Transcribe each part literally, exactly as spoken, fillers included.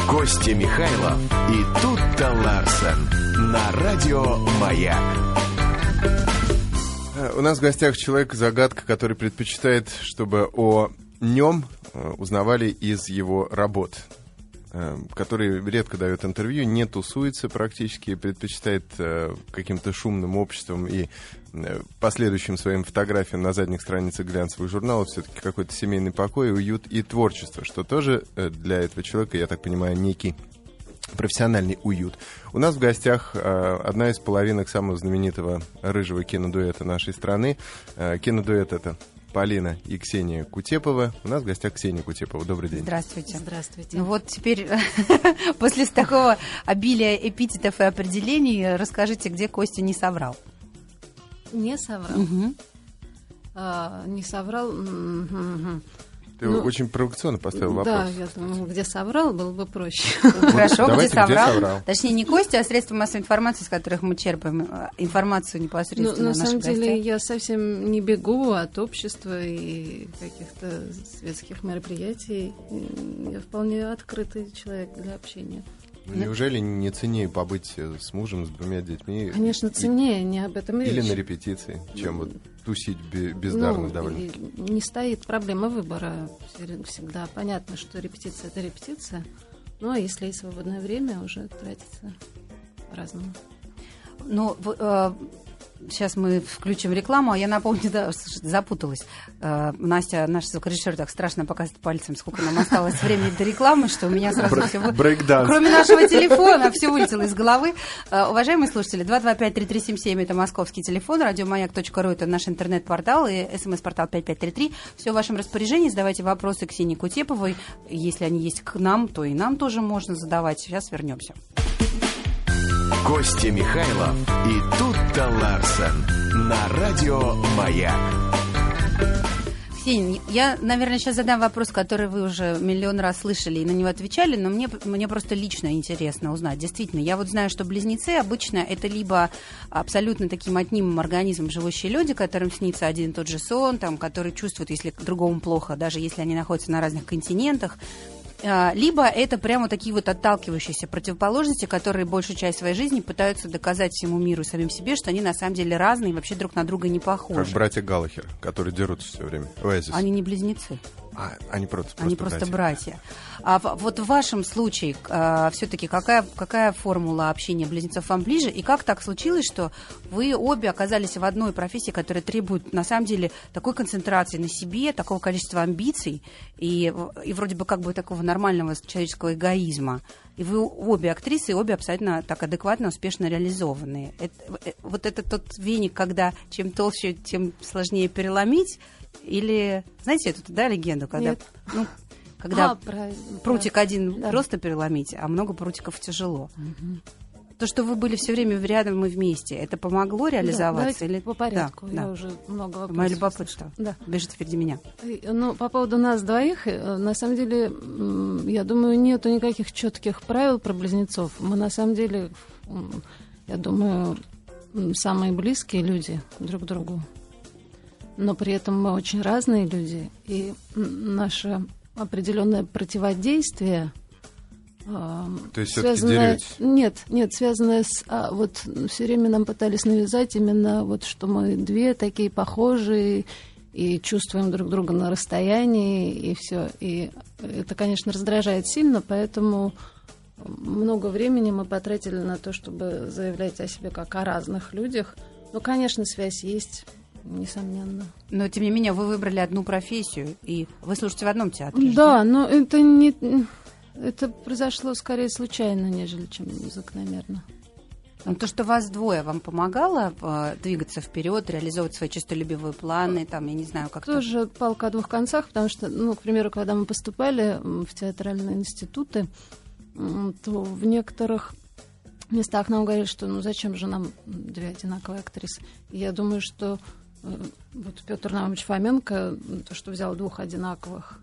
Костя Михайлов и Тутта Ларсен на радио «Маяк». У нас в гостях человек-загадка, который предпочитает, чтобы о нем узнавали из его работ, который редко дает интервью, не тусуется практически, предпочитает каким-то шумным обществом и последующим своим фотографиям на задних страницах глянцевых журналов все-таки какой-то семейный покой, уют и творчество, что тоже для этого человека, я так понимаю, некий профессиональный уют. У нас в гостях э, одна из половинок самого знаменитого рыжего кинодуэта нашей страны. Э, кинодуэт — это Полина и Ксения Кутепова. У нас в гостях Ксения Кутепова. Добрый день. Здравствуйте. Здравствуйте. Ну вот теперь, после такого обилия эпитетов и определений, расскажите, где Костя не соврал. Не соврал. Угу. А, не соврал. Ты ну, очень провокационно поставил вопрос. Да, я думаю, где соврал, было бы проще. Хорошо, где Давайте, где соврал? соврал? Точнее, не Костя, а средства массовой информации, из которых мы черпаем информацию непосредственно Ну, на о наших самом деле, гостях. я совсем не бегу от общества и каких-то светских мероприятий. Я вполне открытый человек для общения. Неужели не ценнее побыть с мужем, с двумя детьми? Конечно, и- ценнее, не об этом речь. Или на репетиции, чем вот тусить бе- бездарно Ну, довольно. и не стоит проблема выбора. Всегда понятно, что репетиция — это репетиция. Ну, а если есть свободное время, уже тратится по-разному. Ну, в- э, сейчас мы включим рекламу, а я напомню, да, запуталась. Э, Настя, наш звукорежиссер, так страшно показывает пальцем, сколько нам осталось времени до рекламы, что у меня сразу все... вы- Брейкданс. Кроме нашего телефона, все вылетело из головы. Э, Уважаемые слушатели, два два пять три три семь семь это московский телефон, радиомаяк точка ру это наш интернет-портал и смс-портал пять пять три три. Все в вашем распоряжении. Задавайте вопросы Ксении Кутеповой. Если они есть к нам, то и нам тоже можно задавать. Сейчас вернемся. Костя Михайлов и Тутта Ларсен на радио «Маяк». Ксения, я, наверное, сейчас задам вопрос, который вы уже миллион раз слышали и на него отвечали, но мне, мне просто лично интересно узнать. Действительно, я вот знаю, что близнецы обычно это либо абсолютно таким одним организмом живущие люди, которым снится один и тот же сон, там, которые чувствуют, если другому плохо, даже если они находятся на разных континентах, либо это прямо такие вот отталкивающиеся противоположности, которые большую часть своей жизни пытаются доказать всему миру и самим себе, что они на самом деле разные и вообще друг на друга не похожи. Как братья Галлахер, которые дерутся все время. Оазис. Они не близнецы. А, они просто, просто Они просто братья. братья. А в- вот в вашем случае а, все-таки какая, какая формула общения близнецов вам ближе? И как так случилось, что вы обе оказались в одной профессии, которая требует, на самом деле, такой концентрации на себе, такого количества амбиций и, и вроде бы как бы такого нормального человеческого эгоизма? И вы обе актрисы, и обе абсолютно так адекватно, успешно реализованные. Это, э, вот это тот веник, когда чем толще, тем сложнее переломить? Или, знаете эту, да, легенду, когда, Нет. ну, когда А, про- прутик про- один да. просто переломить, а много прутиков тяжело. То, что вы были все время рядом и вместе, это помогло реализоваться? Да, или по порядку. Да, Я да. уже много вопросов. Мое любопытство. Да. Бежит впереди меня. И, Ну, по поводу нас двоих, э, на самом деле, м, я думаю, нету никаких четких правил про близнецов. Мы, на самом деле, м, я думаю, м, самые близкие люди друг к другу. Но при этом мы очень разные люди. И м, наше определенное противодействие... э, То есть всё-таки связанное- деретесь? Нет, нет, связанное с... а, вот все время нам пытались навязать именно вот, что мы две такие похожие, и чувствуем друг друга на расстоянии, и все. И это, конечно, раздражает сильно, поэтому много времени мы потратили на то, чтобы заявлять о себе как о разных людях. Ну, конечно, связь есть, несомненно. Но, тем не менее, вы выбрали одну профессию, и вы служите в одном театре. же, Да, но это не... Это произошло скорее случайно, нежели чем закономерно. Ну, то, что вас двое, вам помогало э, двигаться вперед, реализовывать свои честолюбивые планы, там, я не знаю, как-то... Тоже палка о двух концах, потому что, ну, к примеру, когда мы поступали м, в театральные институты, м, то в некоторых местах нам говорили, что ну зачем же нам две одинаковые актрисы. И я думаю, что э, вот Петр Наумович Фоменко, то, что взял двух одинаковых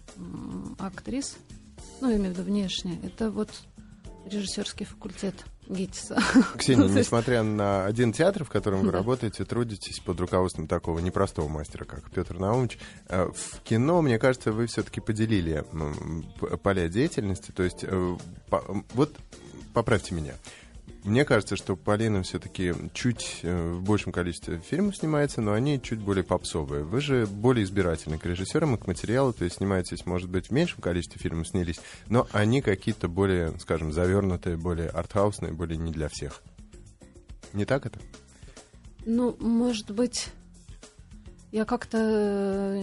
м, актрис, ну, имею в виду внешне, это вот режиссерский факультет. ГИТИСа. Ксения, несмотря на один театр, в котором вы работаете, трудитесь под руководством такого непростого мастера, как Петр Наумович, в кино, мне кажется, вы все-таки поделили поля деятельности. То есть, вот поправьте меня. Мне кажется, что Полина все-таки чуть в большем количестве фильмов снимается, но они чуть более попсовые. Вы же более избирательны к режиссерам и к материалу, то есть снимаетесь, может быть, в меньшем количестве фильмов снялись, но они какие-то более, скажем, завернутые, более артхаусные, более не для всех. Не так это? Ну, может быть, я как-то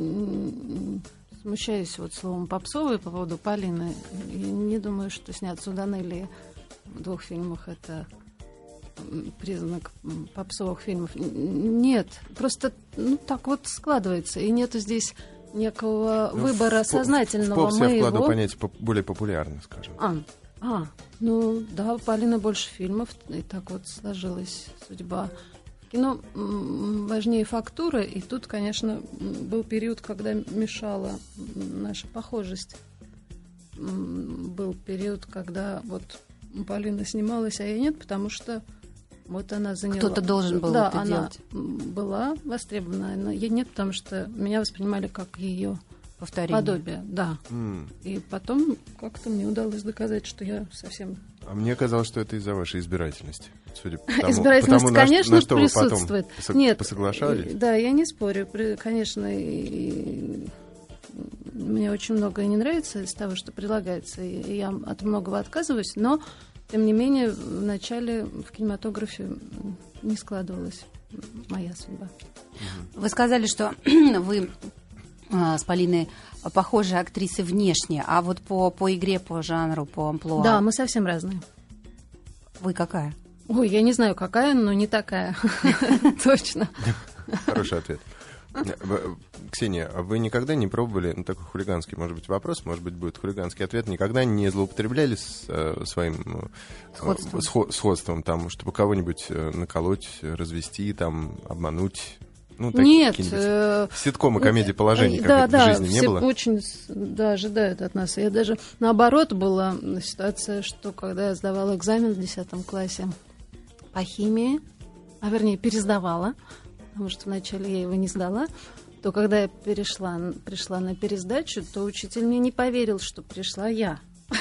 смущаюсь вот словом попсовый по поводу Полины. Я не думаю, что сняться у Данелии в двух фильмах это признак попсовых фильмов. Нет, просто ну, так вот складывается. И нету здесь некого ну, выбора в, сознательного. В поп я вкладываю понятие более популярно, скажем. А, а, ну да, у Полины больше фильмов, и так вот сложилась судьба. В кино важнее фактура, и тут, конечно, был период, когда мешала наша похожесть. Был период, когда вот Полина снималась, а я нет, потому что вот она заняла... Кто-то должен был да, это она делать. Была востребована, но я нет, потому что меня воспринимали как ее подобие. Да. Mm. И потом как-то мне удалось доказать, что я совсем... А мне казалось, что это из-за вашей избирательности. Судя по тому, избирательность, потому, конечно, на, на что присутствует. Вы потом нет, посоглашались? Да, я не спорю. Конечно, и... мне очень многое не нравится из того, что предлагается, и я от многого отказываюсь, но, тем не менее, вначале в кинематографе не складывалась моя судьба. Вы сказали, что вы а, с Полиной похожие актрисы внешне, а вот по, по игре, по жанру, по амплуа... Да, мы совсем разные. Вы какая? Ой, я не знаю, какая, но не такая. Точно. Хороший ответ. Ксения, а вы никогда не пробовали, ну такой хулиганский, может быть, вопрос, может быть, будет хулиганский ответ, никогда не злоупотребляли с, э, своим сходством. Схо- сходством, там, чтобы кого-нибудь наколоть, развести, там, обмануть? Ну, нет. Э, ситкомы, комедии положений, как да, это да, в жизни не все было? очень да, ожидают от нас. Я даже, наоборот, была ситуация, что когда я сдавала экзамен в десятом классе по химии, а вернее, пересдавала, потому что вначале я его не сдала, то когда я перешла, пришла на пересдачу, то учитель мне не поверил, что пришла я.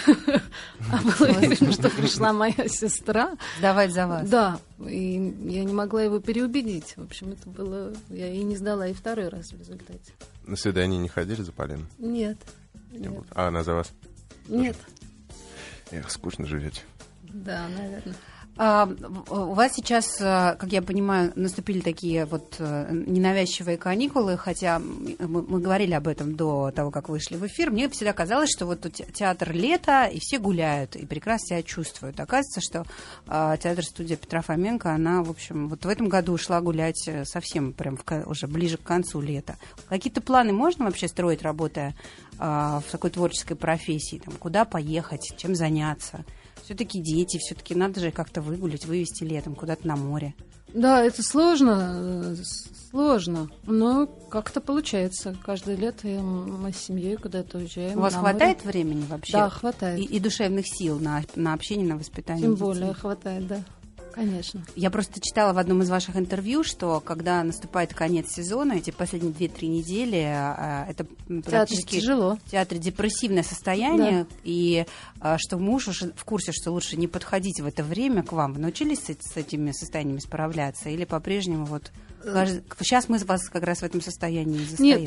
А был уверен, что пришла моя сестра. Сдавать за вас. Да, и я не могла его переубедить. В общем, это было... Я и не сдала и второй раз в результате. На свидание не ходили за Полиной? Нет. А она за вас? Нет. Эх, скучно живете. Да, наверное. А, у вас сейчас, как я понимаю, наступили такие вот ненавязчивые каникулы, хотя мы, мы говорили об этом до того, как вышли в эфир. Мне всегда казалось, что вот тут театр лето, и все гуляют, и прекрасно себя чувствуют. Оказывается, что а, театр-студия Петра Фоменко, она, в общем, вот в этом году ушла гулять совсем прям в, уже ближе к концу лета. Какие-то планы можно вообще строить, работая а, в такой творческой профессии? Там, куда поехать, чем заняться? Все-таки дети, все-таки надо же как-то выгулять, вывести летом куда-то на море. Да, это сложно, сложно, но как-то получается. Каждое лето мы с семьей куда-то уезжаем. У вас хватает море. Времени вообще? Да, хватает. И, и душевных сил на, на общение, на воспитание Тем детей? более хватает, да. Конечно. Я просто читала в одном из ваших интервью, что когда наступает конец сезона, эти последние две-три недели, это практически тяжело. В театре депрессивное состояние, да. И что муж уже в курсе, что лучше не подходить в это время к вам. Вы научились с, с этими состояниями справляться? Или по-прежнему вот... Сейчас мы вас как раз в этом состоянии застаем.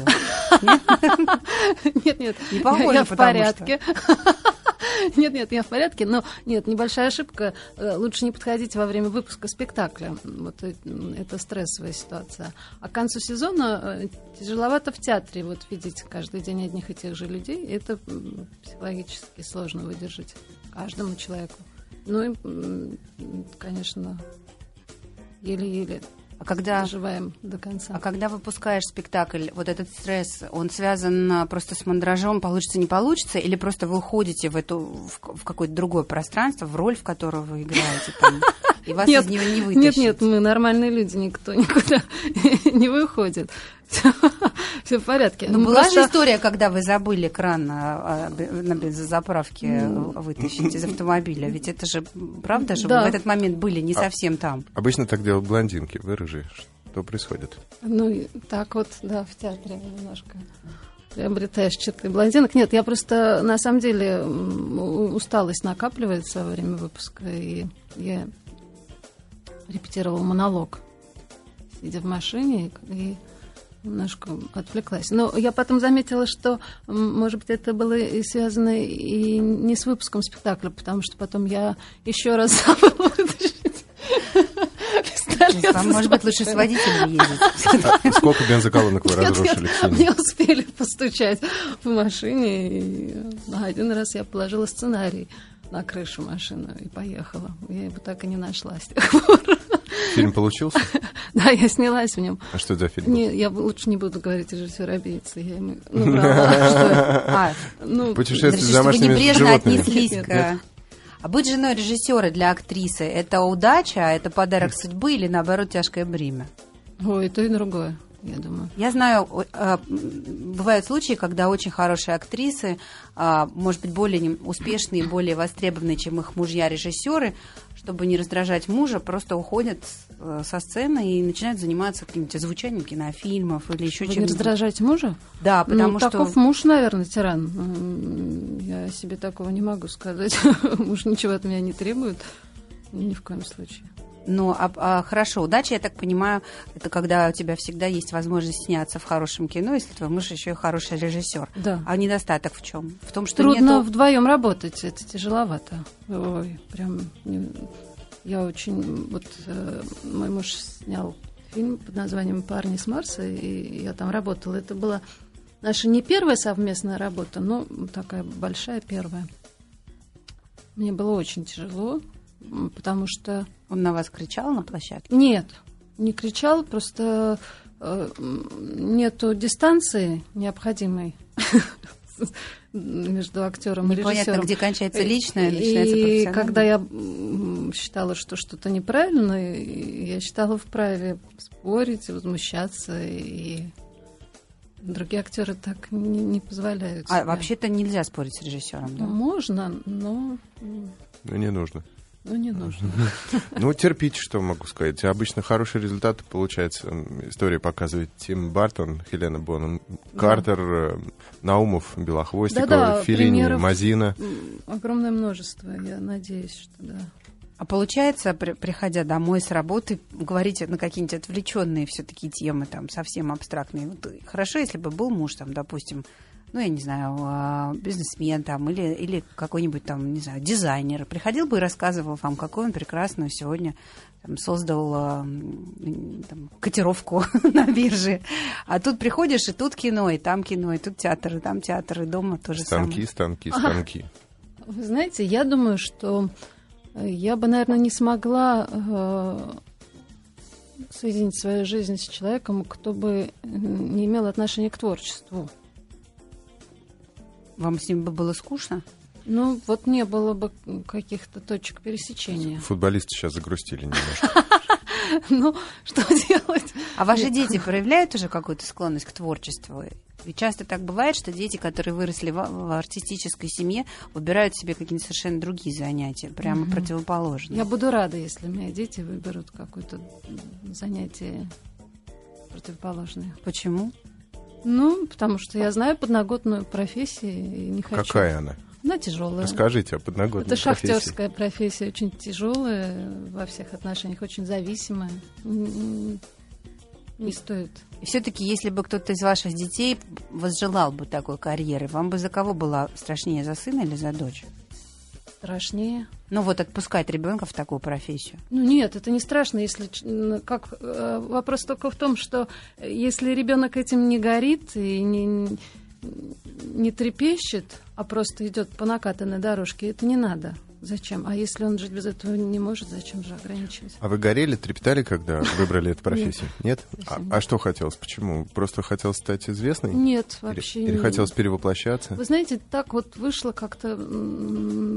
Нет, нет, не похоже, я в порядке. Нет, нет, я в порядке, но нет, небольшая ошибка. Лучше не подходить во время выпуска спектакля. Вот это стрессовая ситуация. А к концу сезона тяжеловато в театре вот видеть каждый день одних и тех же людей. Это психологически сложно выдержать каждому человеку. Ну и, конечно, еле-еле. А когда, доживаем до конца. А когда выпускаешь спектакль, вот этот стресс, он связан просто с мандражом, получится, не получится, или просто вы уходите в, эту, в, в какое-то другое пространство, в роль, в которую вы играете? Там? и вас нет, из него не вытащить. Нет, нет, мы нормальные люди, никто никуда не вытащит. Нет, нет, мы нормальные люди, никто никуда не выходит. Все в порядке. Ну, была просто... же история, когда вы забыли кран на, на бензозаправке mm. вытащить из автомобиля. Ведь это же, правда же, да. Вы в этот момент были не а, совсем там. Обычно так делают блондинки. Вы рыжие. Что происходит? Ну, так вот, да, в театре немножко приобретаешь черты блондинок. Нет, я просто, на самом деле, усталость накапливается во время выпуска, и я репетировала монолог, сидя в машине, и немножко отвлеклась. Но я потом заметила, что, может быть, это было и связано и не с выпуском спектакля, потому что потом я еще раз забыла вытащить пистолет. Вам, может быть, лучше с водителем ездить. А сколько бензоколонок вы разрушили? Мне успели постучать в машине, и один раз я положила сценарий на крышу машины и поехала. Я его так и не нашла с тех пор. Фильм получился? Да, я снялась в нем. А что это за фильм? Не, я лучше не буду говорить режиссер убийцы. Я ему набрала, что... Путешествие с домашними животными. Небрежно отнеслись к... А быть женой режиссера для актрисы — это удача, это подарок судьбы или, наоборот, тяжкое бремя? Ой, и то, и другое, я думаю. Я знаю, бывают случаи, когда очень хорошие актрисы, может быть, более успешные, более востребованные, чем их мужья-режиссеры, чтобы не раздражать мужа, просто уходят со сцены и начинают заниматься каким-то звучанием кинофильмов или еще чем-то. Не раздражать мужа? Да, потому ну, что... Таков муж, наверное, тиран. Я себе такого не могу сказать. Муж ничего от меня не требует. Ни в коем случае. Ну, а, а, хорошо, удача, я так понимаю, это когда у тебя всегда есть возможность сняться в хорошем кино, если твой муж еще и хороший режиссер. Да. А недостаток в чем? В том, что трудно нету... вдвоем работать, это тяжеловато. Ой, прям не... я очень вот э, мой муж снял фильм под названием «Парни с Марса», и я там работала. Это была наша не первая совместная работа, но такая большая первая. Мне было очень тяжело, потому что... Он на вас кричал на площадке? Нет, не кричал, просто э, нету дистанции необходимой между актером и режиссером. Непонятно, где кончается личное, начинается профессиональное. И когда я считала, что что-то неправильно, я считала вправе спорить, возмущаться, и другие актеры так не, не позволяют. А себе. Вообще-то нельзя спорить с режиссером, да? Можно, но... Но не нужно. Ну, не нужно. Ну, терпите, что могу сказать. Обычно хороший результат получается. История показывает Тим Бартон, Хелена Бонем Картер, Наумов, Белохвостикова, Феллини, Мазина. Огромное множество, я надеюсь, что да. А получается, при, приходя домой с работы, говорить на какие-нибудь отвлеченные все-таки темы, там, совсем абстрактные. Вот, хорошо, если бы был муж, там, допустим, ну, я не знаю, бизнесмен там, или, или какой-нибудь там, не знаю, дизайнер. Приходил бы и рассказывал вам, какой он прекрасную сегодня там, создал там, котировку на бирже. А тут приходишь, и тут кино, и там кино, и тут театр, и там театр, и дома тоже станки, самое. Станки, станки, станки. Вы знаете, я думаю, что я бы, наверное, не смогла э, соединить свою жизнь с человеком, кто бы не имел отношения к творчеству. Вам с ним бы было скучно? Ну, вот не было бы каких-то точек пересечения. Футболисты сейчас загрустили немножко. Ну, что делать? А ваши дети проявляют уже какую-то склонность к творчеству? Ведь часто так бывает, что дети, которые выросли в артистической семье, выбирают себе какие-то совершенно другие занятия, прямо противоположные. Я буду рада, если мои дети выберут какое-то занятие противоположное. Почему? Ну, потому что я знаю подноготную профессию и не хочу. Какая она? Она тяжелая. Расскажите о подноготной профессии. Это шахтерская профессия, очень тяжелая, во всех отношениях очень зависимая. Не стоит. И все-таки, если бы кто-то из ваших детей возжелал бы такой карьеры, вам бы за кого было страшнее, за сына или за дочь? Страшнее. Ну вот отпускать ребенка в такую профессию. Ну нет, это не страшно, если как вопрос только в том, что если ребенок этим не горит и не, не трепещет, а просто идет по накатанной дорожке, это не надо. Зачем? А если он жить без этого не может, зачем же ограничивать? А вы горели, трепетали, когда выбрали эту профессию? Нет? А, а что хотелось? Почему? Просто хотелось стать известной? Нет, вообще или, или хотелось перевоплощаться? Вы знаете, так вот вышло как-то...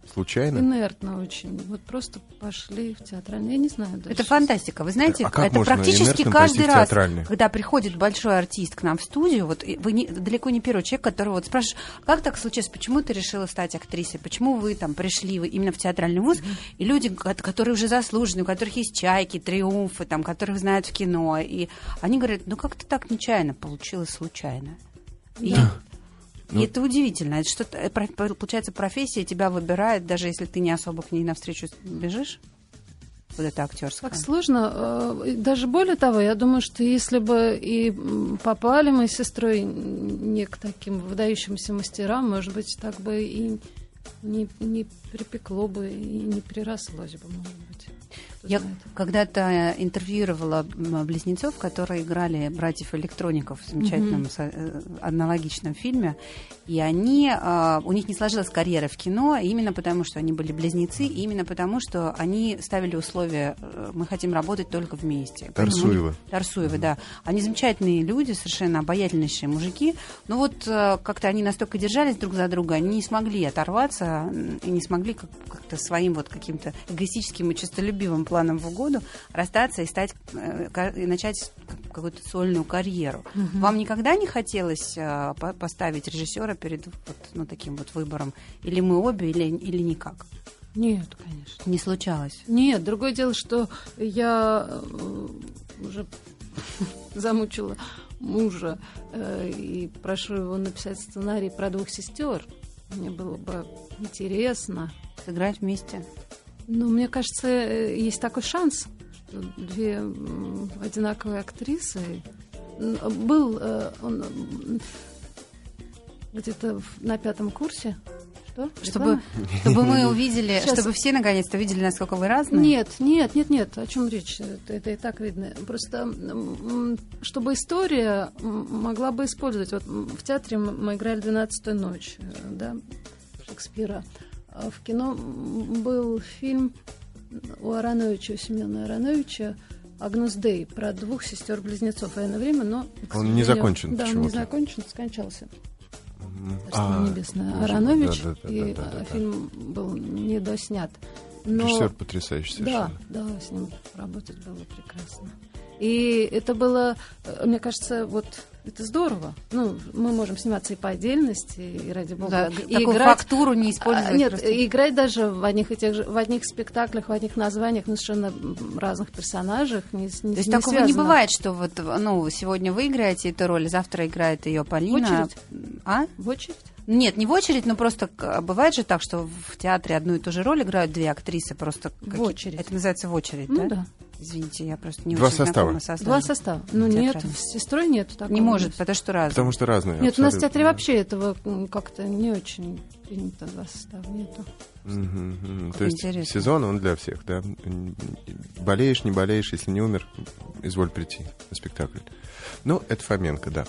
Случайно? Инертно очень. Вот просто пошли в театральный. Я не знаю даже. Это фантастика. Вы знаете, А как это можно практически инертно каждый пойти в раз, театральный? когда приходит большой артист к нам в студию, вот и вы не, далеко не первый человек, который вот спрашивает, как так случилось, почему ты решила стать актрисой, почему вы там пришли вы именно в театральный вуз, mm-hmm. и люди, которые уже заслужены, у которых есть чайки, триумфы, там, которых знают в кино, и они говорят, ну как-то так нечаянно получилось, случайно. И, да. и ну, это удивительно. Это что-то, получается, профессия тебя выбирает, даже если ты не особо к ней навстречу бежишь. Вот это актерское. Так сложно. Даже более того, я думаю, что если бы и попали мы с сестрой не к таким выдающимся мастерам, может быть, так бы и не, не припекло бы, и не прирослось бы, может быть. Я когда-то интервьюировала близнецов, которые играли братьев Электроников в замечательном mm-hmm. аналогичном фильме, и они, у них не сложилась карьера в кино именно потому, что они были близнецы, и именно потому, что они ставили условия, мы хотим работать только вместе. Тарсуевы. Тарсуевы, mm-hmm. да. Они замечательные люди, совершенно обаятельнейшие мужики, но вот как-то они настолько держались друг за друга, они не смогли оторваться и не смогли как-то своим вот каким-то эгоистическим и честолюбивым планом в угоду расстаться и стать и начать какую-то сольную карьеру. Uh-huh. Вам никогда не хотелось а, по- поставить режиссера перед вот, ну, таким вот выбором? Или мы обе, или, или никак? Нет, конечно. Не случалось? Нет, другое дело, что я уже замучила мужа э, и прошу его написать сценарий про двух сестер. Мне было бы интересно. Сыграть вместе? Ну, мне кажется, есть такой шанс, что две одинаковые актрисы. Был он где-то на пятом курсе. Что? Чтобы, чтобы мы увидели, Сейчас. чтобы все наконец-то видели, насколько вы разные? Нет, нет, нет, нет. О чем речь? Это, это и так видно. Просто чтобы история могла бы использовать. Вот в театре мы играли «Двенадцатую ночь», да, Шекспира. В кино был фильм у Ароновича, у Семена Ароновича «Агнус Дей» про двух сестер-близнецов в военное время, но... Он не закончен Да, почему-то. он не закончен, скончался. А, небесное. Аронович, да, да, да, и да, да, да, фильм был недоснят. Но... Режиссер потрясающий совершенно. Да, да, с ним работать было прекрасно. И это было, мне кажется, вот это здорово. Ну, мы можем сниматься и по отдельности, и ради бога. Да, и такую играть, фактуру не использовать. А, нет, просто. Играть даже в одних и тех же, в одних спектаклях, в одних названиях, ну, совершенно разных персонажах. Не, не, То есть не такого связано. не бывает, что вот, ну, сегодня вы играете эту роль, завтра играет ее Полина. В очередь? А? В очередь? Нет, не в очередь, но просто бывает же так, что в театре одну и ту же роль играют две актрисы просто. В какие... очередь. Это называется в очередь, ну, да? да. Извините, я просто не Два очень состава. знакома со составом. Два состава. Ну нет, с сестрой нет такого. Не может, потому что разные. Потому что разные. Нет, абсолютно. у нас в театре вообще этого как-то не очень принято, два состава нету. Угу, угу. То есть интересно. сезон, он для всех, да? Болеешь, не болеешь, если не умер, изволь прийти на спектакль. Ну, это Фоменко, да.